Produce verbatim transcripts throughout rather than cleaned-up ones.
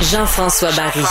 Jean-François Barry.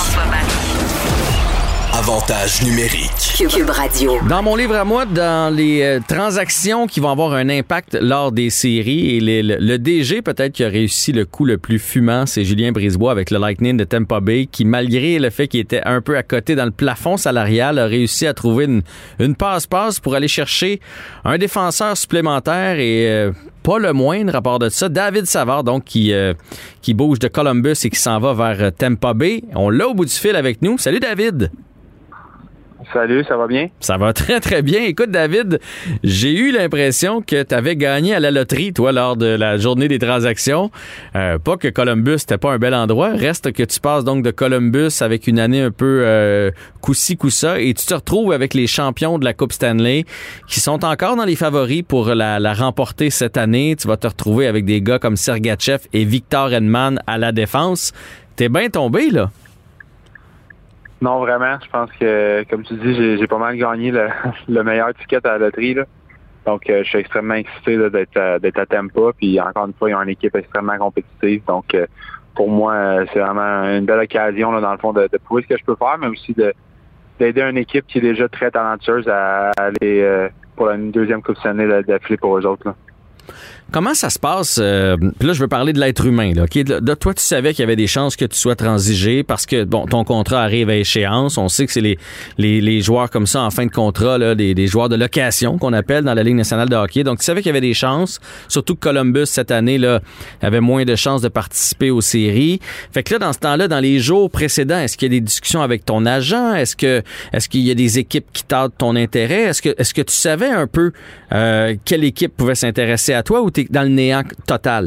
Avantage numérique. Cube Radio. Dans mon livre à moi, dans les euh, transactions qui vont avoir un impact lors des séries, et les, le, le D G peut-être qui a réussi le coup le plus fumant, c'est Julien Brisebois avec le Lightning de Tampa Bay, qui malgré le fait qu'il était un peu à côté dans le plafond salarial, a réussi à trouver une, une passe-passe pour aller chercher un défenseur supplémentaire et euh, pas le moindre à part de ça, David Savard, donc qui, euh, qui bouge de Columbus et qui s'en va vers Tampa Bay. On l'a au bout du fil avec nous. Salut David! Salut, ça va bien? Ça va très, très bien. Écoute, David, j'ai eu l'impression que tu avais gagné à la loterie, toi, lors de la journée des transactions. Euh, pas que Columbus, c'était pas un bel endroit. Reste que tu passes donc de Columbus avec une année un peu euh, coup-ci, coup-ça, et tu te retrouves avec les champions de la Coupe Stanley qui sont encore dans les favoris pour la, la remporter cette année. Tu vas te retrouver avec des gars comme Sergachev et Victor Hedman à la défense. T'es bien tombé, là? Non, vraiment. Je pense que, comme tu dis, j'ai, j'ai pas mal gagné le, le meilleur ticket à la loterie, là. Donc, euh, je suis extrêmement excité là, d'être, à, d'être à Tampa. Puis, encore une fois, ils ont une équipe extrêmement compétitive. Donc, euh, pour moi, euh, c'est vraiment une belle occasion, là, dans le fond, de, de prouver ce que je peux faire, mais aussi de, d'aider une équipe qui est déjà très talentueuse à, à aller euh, pour la deuxième Coupe Stanley d'affilée pour eux autres, là. Comment ça se passe? Euh, puis là, je veux parler de l'être humain. Là, okay? de, de, toi, tu savais qu'il y avait des chances que tu sois transigé parce que bon, ton contrat arrive à échéance. On sait que c'est les, les, les joueurs comme ça en fin de contrat, là, des, des joueurs de location qu'on appelle dans la Ligue nationale de hockey. Donc, tu savais qu'il y avait des chances. Surtout que Columbus, cette année, là, avait moins de chances de participer aux séries. Fait que là, dans ce temps-là, dans les jours précédents, est-ce qu'il y a des discussions avec ton agent? Est-ce que est-ce qu'il y a des équipes qui tâtent ton intérêt? Est-ce que est-ce que tu savais un peu euh, quelle équipe pouvait s'intéresser à toi ou t'es dans le néant total?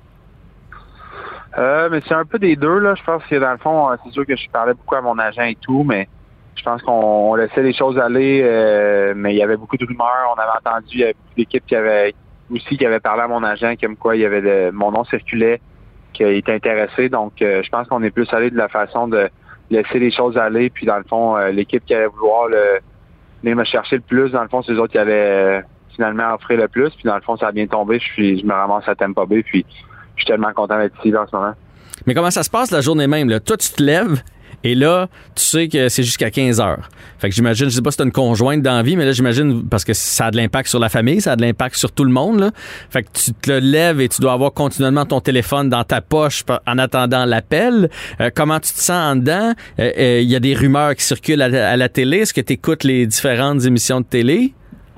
Euh, mais c'est un peu des deux, là. Je pense que dans le fond, c'est sûr que je parlais beaucoup à mon agent et tout, mais je pense qu'on on laissait les choses aller, euh, mais il y avait beaucoup de rumeurs. On avait entendu, il y avait beaucoup d'équipes qui avaient aussi qui avaient parlé à mon agent, comme quoi il y avait le, mon nom circulait, qu'il était intéressé. Donc, euh, je pense qu'on est plus allé de la façon de laisser les choses aller. Puis, dans le fond, euh, l'équipe qui allait vouloir le, venir me chercher le plus, dans le fond, c'est eux autres qui allaient euh, finalement offrir le plus. Puis, dans le fond, ça a bien tombé. Je suis, je me ramasse à Tampa Bay. Puis, je suis tellement content d'être ici là, en ce moment. Mais comment ça se passe la journée même? Là? Toi, tu te lèves et là, tu sais que c'est jusqu'à quinze heures. Fait que j'imagine, je sais pas si tu as une conjointe dans la vie, mais là, j'imagine, parce que ça a de l'impact sur la famille, ça a de l'impact sur tout le monde. Là. Fait que tu te lèves et tu dois avoir continuellement ton téléphone dans ta poche en attendant l'appel. Euh, comment tu te sens en dedans? Il euh, euh, y a des rumeurs qui circulent à la, à la télé. Est-ce que tu écoutes les différentes émissions de télé?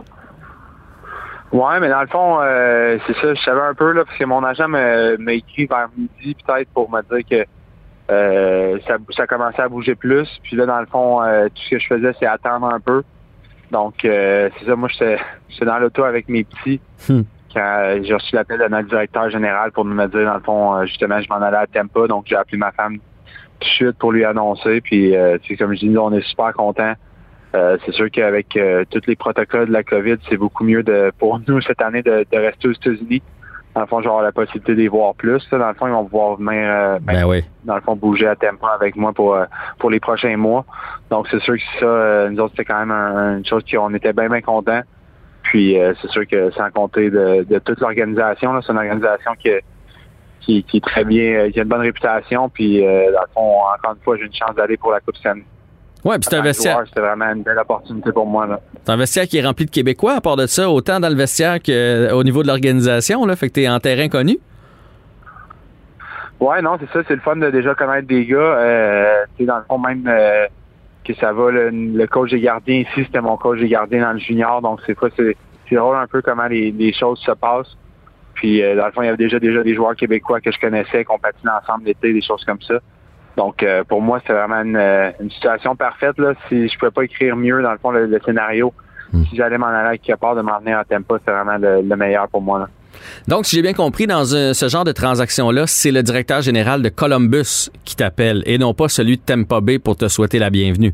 Ouais, mais dans le fond, euh, c'est ça, je savais un peu, là, parce que mon agent m'a, m'a écrit vers midi, peut-être, pour me dire que euh, ça, ça commençait à bouger plus. Puis là, dans le fond, euh, tout ce que je faisais, c'est attendre un peu. Donc, euh, c'est ça, moi, j'étais, j'étais dans l'auto avec mes petits hmm. quand j'ai reçu l'appel de notre directeur général pour me dire, dans le fond, justement, je m'en allais à Tampa. Donc, j'ai appelé ma femme tout de suite pour lui annoncer. Puis, euh, c'est comme je dis, on est super contents. Euh, c'est sûr qu'avec euh, tous les protocoles de la COVID, c'est beaucoup mieux de pour nous cette année de, de rester aux États-Unis. Dans le fond, j'aurai la possibilité de les voir plus. Là. Dans le fond, ils vont pouvoir venir euh, ben, ben oui. dans le fond, bouger à Tampa avec moi pour euh, pour les prochains mois. Donc, c'est sûr que ça, euh, nous autres, c'était quand même un, une chose qu'on était bien, bien contents. Puis, euh, c'est sûr que sans compter de, de toute l'organisation, là, c'est une organisation qui, qui, qui est très bien, qui a une bonne réputation. Puis, euh, dans le fond, encore une fois, j'ai une chance d'aller pour la Coupe Stanley. Ouais, puis c'est un vestiaire. Joueur, c'était vraiment une belle opportunité pour moi, là. C'est un vestiaire qui est rempli de Québécois, à part de ça, autant dans le vestiaire qu'au niveau de l'organisation, là. Fait que t'es en terrain connu. Ouais, non, c'est ça. C'est le fun de déjà connaître des gars. Euh, tu sais, dans le fond, même euh, que ça va, le, le coach des gardiens ici, c'était mon coach des gardiens dans le junior. Donc, c'est pas, c'est, c'est drôle un peu comment les, les choses se passent. Puis, euh, dans le fond, il y avait déjà, déjà des joueurs québécois que je connaissais, qu'on patinait ensemble l'été, des choses comme ça. Donc, euh, pour moi, c'était vraiment une, une situation parfaite. Là. Si je pouvais pas écrire mieux, dans le fond, le, le scénario, mm. si j'allais m'en aller à quelque part, de m'en venir à Tampa, c'était vraiment le, le meilleur pour moi, là. Donc, si j'ai bien compris, dans un, ce genre de transaction-là, c'est le directeur général de Columbus qui t'appelle et non pas celui de Tampa Bay pour te souhaiter la bienvenue.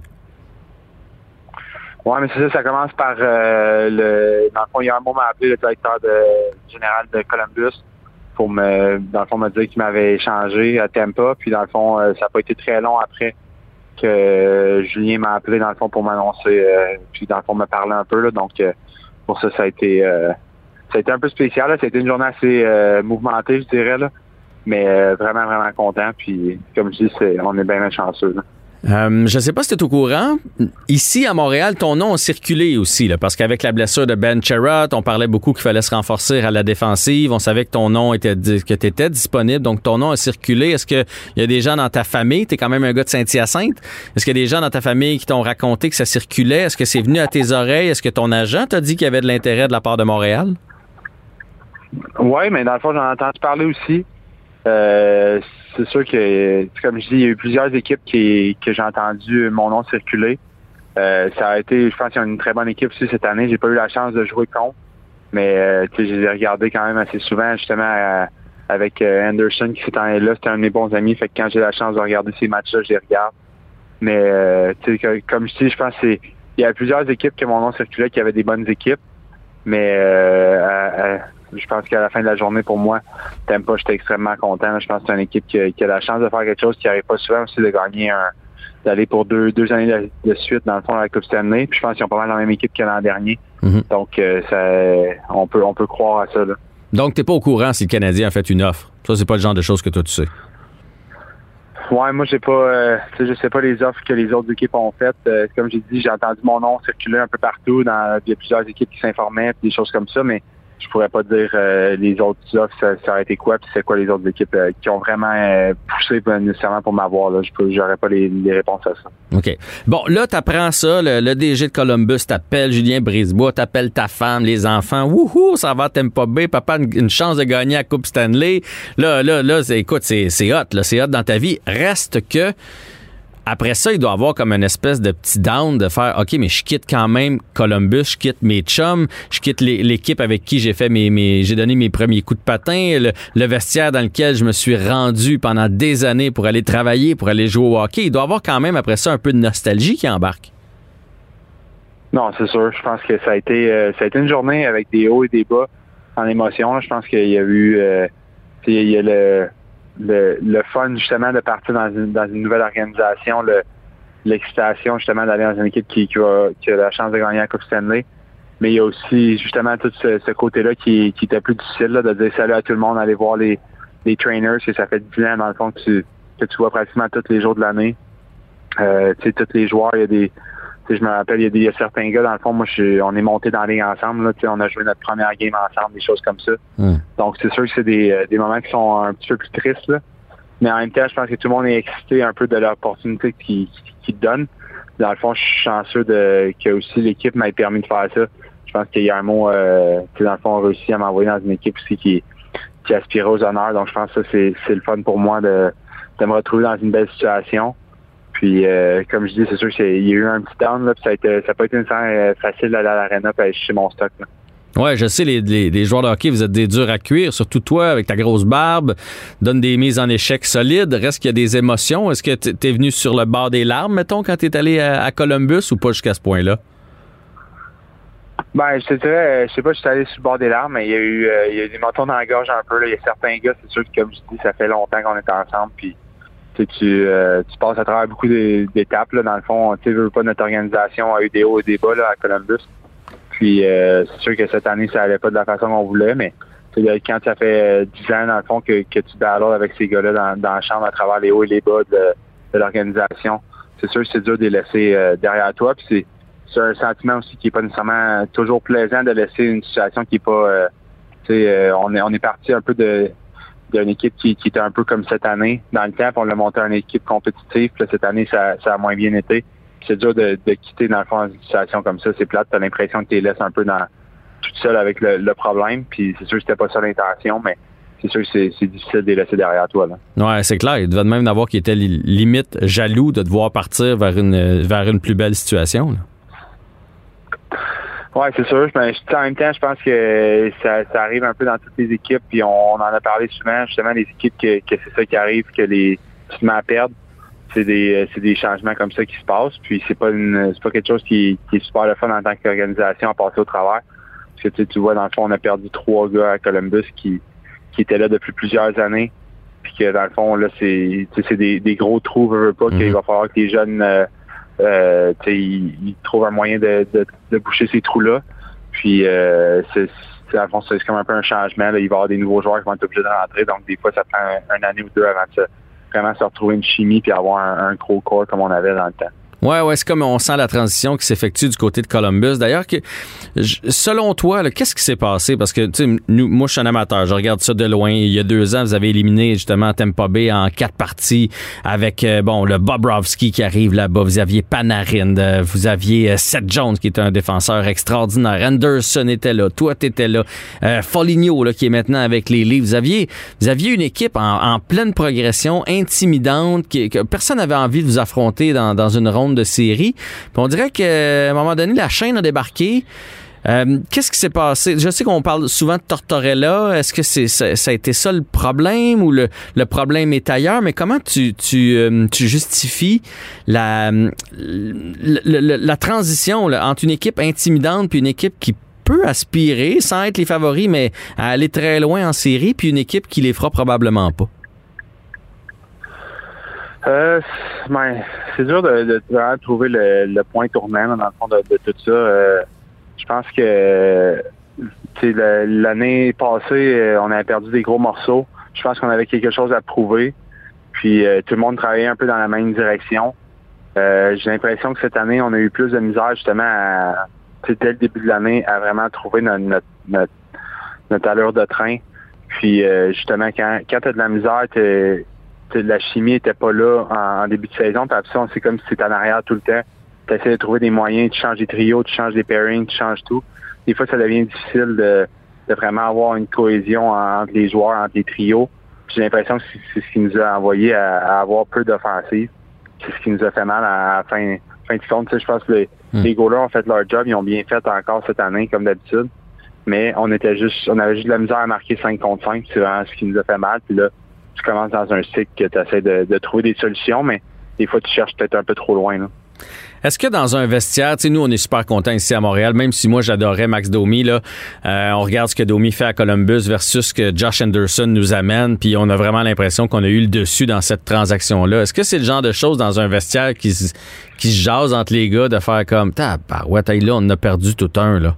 Oui, mais c'est ça, ça commence par euh, le... Dans le fond, il y a un mot m'a appelé le directeur de, général de Columbus pour me, dans le fond, me dire qu'il m'avait échangé à Tampa. Puis, dans le fond, euh, ça n'a pas été très long après que euh, Julien m'a appelé, dans le fond, pour m'annoncer. Euh, puis, dans le fond, me parler un peu. Là, donc, euh, pour ça, ça a été euh, ça a été un peu spécial. Là. Ça a été une journée assez euh, mouvementée, je dirais. Là. Mais euh, vraiment, vraiment content. Puis, comme je dis, c'est, on est bien malchanceux. Là. Euh, je ne sais pas si tu es au courant. Ici, à Montréal, ton nom a circulé aussi, là, parce qu'avec la blessure de Ben Sherratt, on parlait beaucoup qu'il fallait se renforcer à la défensive. On savait que ton nom était, que tu étais disponible, donc ton nom a circulé. Est-ce qu'il y a des gens dans ta famille, tu es quand même un gars de Saint-Hyacinthe, est-ce qu'il y a des gens dans ta famille qui t'ont raconté que ça circulait? Est-ce que c'est venu à tes oreilles? Est-ce que ton agent t'a dit qu'il y avait de l'intérêt de la part de Montréal? Oui, mais dans le fond, j'en ai entendu parler aussi. Euh, c'est sûr que, comme je dis, il y a eu plusieurs équipes qui, que j'ai entendu mon nom circuler. Euh, ça a été, je pense qu'ils ont une très bonne équipe aussi cette année. J'ai pas eu la chance de jouer contre, mais euh, tu sais, je les ai regardés quand même assez souvent, justement, à, avec euh, Anderson qui s'est en là. C'était un de mes bons amis. Fait que quand j'ai la chance de regarder ces matchs-là, je les regarde. Mais euh, tu sais, comme je dis, je pense que c'est, il y a plusieurs équipes que mon nom circulait qui avaient des bonnes équipes. Mais euh, à, à, je pense qu'à la fin de la journée, pour moi, Tampa, j'étais extrêmement content. Je pense que c'est une équipe qui a, qui a la chance de faire quelque chose qui n'arrive pas souvent aussi de gagner un, d'aller pour deux, deux années de, de suite dans le fond à la Coupe Stanley. Puis je pense qu'ils ont pas mal la même équipe que l'an dernier. Mm-hmm. Donc euh, ça, on peut, on peut croire à ça. Là. Donc t'es pas au courant si le Canadien a fait une offre. Ça, c'est pas le genre de choses que toi tu sais. Ouais, moi j'ai pas, euh, je sais pas les offres que les autres équipes ont faites. Euh, comme j'ai dit, j'ai entendu mon nom circuler un peu partout. Dans, il y a plusieurs équipes qui s'informaient, puis des choses comme ça, mais je pourrais pas dire euh, les autres offres, ça, ça aurait été quoi, puis c'est quoi les autres équipes euh, qui ont vraiment euh, poussé nécessairement pour m'avoir. Là, je peux, j'aurais pas les, les réponses à ça. OK. Bon, là, t'apprends ça, le, le D G de Columbus t'appelle, Julien Brisebois, t'appelle ta femme, les enfants. Wouhou, ça va, Tampa Bay, papa, une, une chance de gagner la Coupe Stanley. Là, là, là, c'est, écoute, c'est, c'est hot, là, c'est hot dans ta vie. Reste que après ça, il doit avoir comme une espèce de petit down de faire « OK, mais je quitte quand même Columbus, je quitte mes chums, je quitte les, l'équipe avec qui j'ai fait mes, mes j'ai donné mes premiers coups de patin, le, le vestiaire dans lequel je me suis rendu pendant des années pour aller travailler, pour aller jouer au hockey. » Il doit avoir quand même après ça un peu de nostalgie qui embarque. Non, c'est sûr. Je pense que ça a été euh, ça a été une journée avec des hauts et des bas en émotion. Je pense qu'il y a eu euh, il y a le Le, le fun, justement, de partir dans une, dans une nouvelle organisation, le, l'excitation, justement, d'aller dans une équipe qui, qui, va, qui a la chance de gagner la Coupe Stanley. Mais il y a aussi, justement, tout ce, ce côté-là qui, qui était plus difficile, là, de dire salut à tout le monde, aller voir les, les trainers, que ça fait dix ans, dans le fond, que tu, que tu vois pratiquement tous les jours de l'année. Euh, tu sais, tous les joueurs, il y a des... Je me rappelle, il y, a des, il y a certains gars, dans le fond, moi, je, on est montés dans la ligue ensemble. Là, on a joué notre première game ensemble, des choses comme ça. Mm. Donc, c'est sûr que c'est des, des moments qui sont un petit peu plus tristes. Là. Mais en même temps, je pense que tout le monde est excité un peu de l'opportunité qu'ils qui donnent. Dans le fond, je suis chanceux de, que aussi l'équipe m'ait permis de faire ça. Je pense qu'il y a un mot euh, qui, dans le fond, a réussi à m'envoyer dans une équipe aussi qui, qui aspirait aux honneurs. Donc, je pense que ça, c'est, c'est le fun pour moi de, de me retrouver dans une belle situation. Puis, euh, comme je dis, c'est sûr qu'il y a eu un petit down, là, puis ça n'a ça a pas été nécessairement facile d'aller à l'aréna et aller chercher mon stock. Là. Ouais, je sais, les, les, les joueurs de hockey, vous êtes des durs à cuire, surtout toi, avec ta grosse barbe, donne des mises en échec solides. Reste qu'il y a des émotions. Est-ce que t'es venu sur le bord des larmes, mettons, quand t'es allé à, à Columbus ou pas jusqu'à ce point-là? Ben, je te dirais, je sais pas, je suis allé sur le bord des larmes, mais il y a eu, euh, il y a eu des montons dans la gorge un peu, là. Il y a certains gars, c'est sûr que, comme je dis, ça fait longtemps qu'on est ensemble, puis Tu, euh, tu passes à travers beaucoup d'étapes. Là, dans le fond, tu veux pas, notre organisation a eu des hauts et des bas là, à Columbus. Puis euh, c'est sûr que cette année, ça allait pas de la façon qu'on voulait, mais quand ça fait dix ans, dans le fond, que, que tu battles avec ces gars-là dans, dans la chambre à travers les hauts et les bas de, de l'organisation, c'est sûr que c'est dur de les laisser euh, derrière toi. Puis c'est, c'est un sentiment aussi qui est pas nécessairement toujours plaisant de laisser une situation qui est pas... Euh, tu sais, euh, on est, on est parti un peu de... d'une équipe qui, qui était un peu comme cette année. Dans le temps, on l'a monté à une équipe compétitive. Puis là, cette année, ça, ça a moins bien été. Puis c'est dur de, de quitter, dans le fond, une situation comme ça. C'est plate. Tu as l'impression que tu les laisses un peu dans, toute seule avec le, le problème. Puis c'est sûr que c'était pas ça l'intention, mais c'est sûr que c'est, c'est difficile de les laisser derrière toi. Là. Ouais, c'est clair. Il devait même avoir qui était limite jaloux de devoir partir vers une, vers une plus belle situation. Là. Oui, c'est sûr. Mais en même temps, je pense que ça, ça arrive un peu dans toutes les équipes. Puis on, on en a parlé souvent, justement, les équipes que, que c'est ça qui arrive, que les tu te mets à perdre. C'est des, c'est des changements comme ça qui se passent. Puis c'est pas une, c'est pas quelque chose qui, qui est super le fun en tant qu'organisation à passer au travers. Parce que tu, tu vois, dans le fond, on a perdu trois gars à Columbus qui, qui étaient là depuis plusieurs années. Puis que dans le fond, là, c'est, c'est des, des gros trous, veux, veux pas, mm-hmm. qu'il va falloir que les jeunes euh, Euh, ils, ils trouvent un moyen de, de, de boucher ces trous-là. Puis, euh, c'est, à fond, c'est comme un peu un changement. Là. Il va y avoir des nouveaux joueurs qui vont être obligés de rentrer. Donc, des fois, ça prend un, une année ou deux avant de se, vraiment se retrouver une chimie puis avoir un, un gros corps comme on avait dans le temps. Ouais, ouais, c'est comme on sent la transition qui s'effectue du côté de Columbus. D'ailleurs, que, selon toi, là, qu'est-ce qui s'est passé? Parce que, tu sais, nous, moi, je suis un amateur. Je regarde ça de loin. Il y a deux ans, vous avez éliminé justement Tampa Bay en quatre parties avec, euh, bon, le Bobrovsky qui arrive là-bas. Vous aviez Panarin. Euh, vous aviez euh, Seth Jones qui est un défenseur extraordinaire. Anderson était là. Toi, t'étais là. Euh, Foligno, là, qui est maintenant avec les Leafs. Vous aviez, vous aviez une équipe en, en pleine progression, intimidante, qui, que personne n'avait envie de vous affronter dans, dans une ronde de série. Puis on dirait qu'à un moment donné, la chaîne a débarqué. Euh, qu'est-ce qui s'est passé? Je sais qu'on parle souvent de Tortorella. Est-ce que c'est ça, ça a été ça le problème ou le, le problème est ailleurs? Mais comment tu, tu, euh, tu justifies la, la, la, la transition là, entre une équipe intimidante puis une équipe qui peut aspirer, sans être les favoris, mais à aller très loin en série, puis une équipe qui les fera probablement pas? Euh, ben, c'est dur de, de, de trouver le, le point tournant là, dans le fond de, de tout ça. Euh, je pense que l'année passée, on avait perdu des gros morceaux. Je pense qu'on avait quelque chose à prouver. Puis euh, tout le monde travaillait un peu dans la même direction. Euh, j'ai l'impression que cette année, on a eu plus de misère justement à, dès le début de l'année à vraiment trouver notre, notre, notre, notre allure de train. Puis euh, justement, quand, quand tu as de la misère, t'es la chimie était pas là en, en début de saison. Puis après ça, c'est comme si c'était en arrière tout le temps. Tu essaies de trouver des moyens, tu changes des trios, tu changes des pairings, tu changes tout. Des fois, ça devient difficile de, de vraiment avoir une cohésion entre les joueurs, entre les trios. Puis j'ai l'impression que c'est, c'est ce qui nous a envoyé à, à avoir peu d'offensive. C'est ce qui nous a fait mal à la fin, fin du compte. Tu sais, je pense que les, mm. les goalers ont fait leur job, ils ont bien fait encore cette année, comme d'habitude. Mais on était juste, on avait juste de la misère à marquer cinq contre cinq. C'est vraiment ce qui nous a fait mal. Puis là, tu commences dans un cycle que tu essaies de, de trouver des solutions, mais des fois, tu cherches peut-être un peu trop loin. Là. Est-ce que dans un vestiaire, tu sais, nous, on est super contents ici à Montréal, même si moi, j'adorais Max Domi, là, euh, on regarde ce que Domi fait à Columbus versus ce que Josh Anderson nous amène, puis on a vraiment l'impression qu'on a eu le dessus dans cette transaction-là. Est-ce que c'est le genre de choses dans un vestiaire qui, qui se jase entre les gars de faire comme, tabarouette, ouais, là, on en a perdu tout un, là?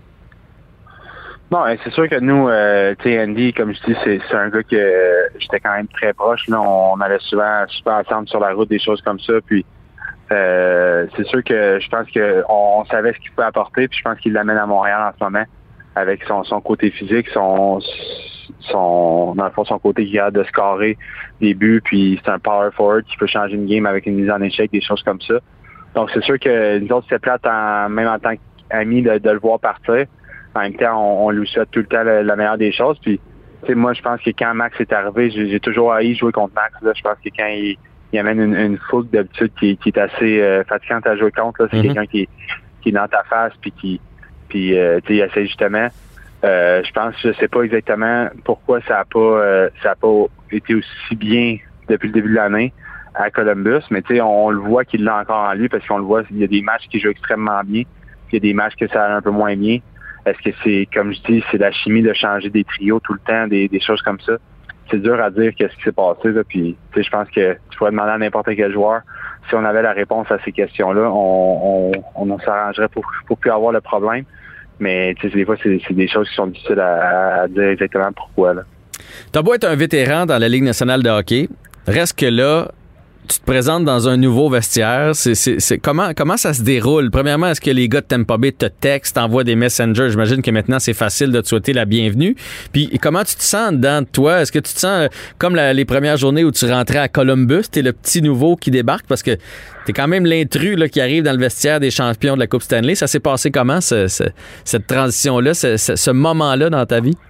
Bon, c'est sûr que nous, euh, tu sais, Andy, comme je dis, c'est, c'est un gars que euh, j'étais quand même très proche. Là, on allait souvent super ensemble sur la route, des choses comme ça. Puis, euh, c'est sûr que je pense que on, on savait ce qu'il pouvait apporter. Puis, je pense qu'il l'amène à Montréal en ce moment avec son, son côté physique, son, son, dans le fond, son côté qui a de scorer des buts. Puis, c'est un power forward qui peut changer une game avec une mise en échec, des choses comme ça. Donc, c'est sûr que nous autres, c'était plate, en, même en tant qu'amis, de, de le voir partir. En même temps, on, on lui souhaite tout le temps la, la meilleure des choses. Puis, tu sais, moi, je pense que quand Max est arrivé, j'ai, j'ai toujours haï jouer contre Max. Là. Je pense que quand il, il amène une, une foule d'habitude qui, qui est assez euh, fatigante à jouer contre, là, c'est mm-hmm. quelqu'un qui, qui est dans ta face puis qui, puis, euh, tu sais, il essaie justement. Euh, je pense, je sais pas exactement pourquoi ça a pas, euh, ça a pas été aussi bien depuis le début de l'année à Columbus, mais tu sais, on, on le voit qu'il l'a encore en lui parce qu'on le voit, il y a des matchs qui jouent extrêmement bien, puis il y a des matchs que ça a un peu moins bien. Est-ce que c'est, comme je dis, c'est la chimie de changer des trios tout le temps, des, des choses comme ça? C'est dur à dire qu'est-ce qui s'est passé. Là. Puis, tu sais, je pense que tu pourrais demander à n'importe quel joueur. Si on avait la réponse à ces questions-là, on, on, on s'arrangerait pour, pour plus avoir le problème. Mais, tu sais, des fois, c'est, c'est des choses qui sont difficiles à, à dire exactement pourquoi. Là. T'as beau être un vétéran dans la Ligue nationale de hockey, reste que là, tu te présentes dans un nouveau vestiaire. C'est, c'est, c'est, comment, comment ça se déroule? Premièrement, est-ce que les gars de Tampa Bay te textent, t'envoient des messengers? J'imagine que maintenant, c'est facile de te souhaiter la bienvenue. Puis, comment tu te sens dedans de toi? Est-ce que tu te sens comme la, les premières journées où tu rentrais à Columbus? T'es le petit nouveau qui débarque parce que t'es quand même l'intrus là, qui arrive dans le vestiaire des champions de la Coupe Stanley. Ça s'est passé comment, ce, ce, cette transition-là, ce, ce, ce moment-là dans ta vie?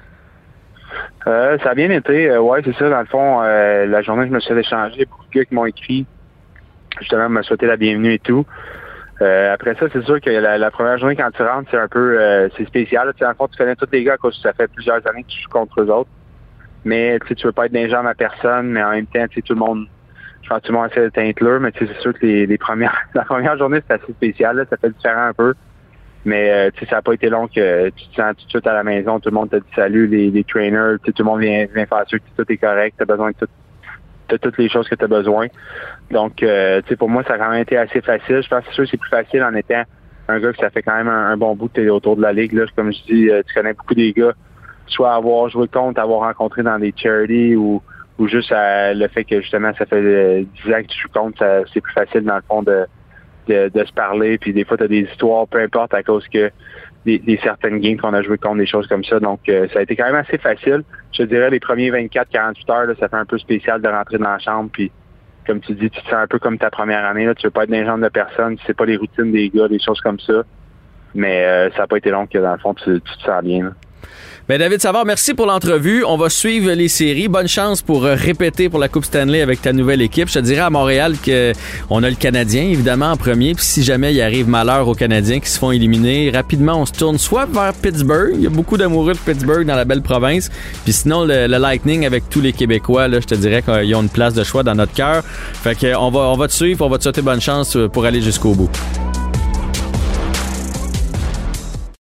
Euh, ça a bien été. Euh, ouais, c'est ça. Dans le fond, euh, la journée, je me suis échangé. Beaucoup de gars qui m'ont écrit, justement, me souhaiter la bienvenue et tout. Euh, après ça, c'est sûr que la, la première journée, quand tu rentres, c'est un peu euh, c'est spécial. Tu sais, dans le fond, tu connais tous les gars parce que ça fait plusieurs années que tu joues contre eux autres. Mais tu sais, tu veux pas être des jambes à personne, mais en même temps, tu sais, tout le monde, je pense que tout le monde essaie de t'inclure, mais tu sais, c'est sûr que les, les premières, la première journée, c'est assez spécial. Là, ça fait différent un peu. Mais euh, tu sais, ça n'a pas été long que tu te sens tout de suite à la maison, tout le monde te dit salut, les, les trainers, tout le monde vient, vient faire sûr que tout est correct, tu as besoin de, tout, de toutes les choses que tu as besoin. Donc, euh, tu sais, pour moi, ça a quand même été assez facile. Je pense que c'est sûr que c'est plus facile en étant un gars que ça fait quand même un, un bon bout que t'es autour de la ligue. Là. Comme je dis, euh, tu connais beaucoup des gars, soit avoir joué contre, avoir rencontré dans des charities ou, ou juste euh, le fait que justement ça fait euh, dix ans que tu joues contre, ça, c'est plus facile dans le fond de, de, de se parler. Puis des fois, tu as des histoires, peu importe, à cause que des, des certaines games qu'on a joué contre, des choses comme ça. Donc, euh, ça a été quand même assez facile. Je te dirais, les premiers vingt-quatre à quarante-huit heures, là, ça fait un peu spécial de rentrer dans la chambre. Puis, comme tu dis, tu te sens un peu comme ta première année. Là. Tu veux pas être dans les jambes de personne. Tu sais pas les routines des gars, des choses comme ça. Mais euh, ça n'a pas été long que, dans le fond, tu, tu te sens bien. Là. Ben David Savard, merci pour l'entrevue. On va suivre les séries. Bonne chance pour répéter pour la Coupe Stanley avec ta nouvelle équipe. Je te dirais à Montréal qu'on a le Canadien, évidemment, en premier. Puis si jamais il arrive malheur aux Canadiens qui se font éliminer, rapidement, on se tourne soit vers Pittsburgh. Il y a beaucoup d'amoureux de Pittsburgh dans la belle province. Puis sinon, le, le Lightning avec tous les Québécois, là, je te dirais qu'ils ont une place de choix dans notre cœur. Fait que on va, on va te suivre. On va te souhaiter bonne chance pour aller jusqu'au bout.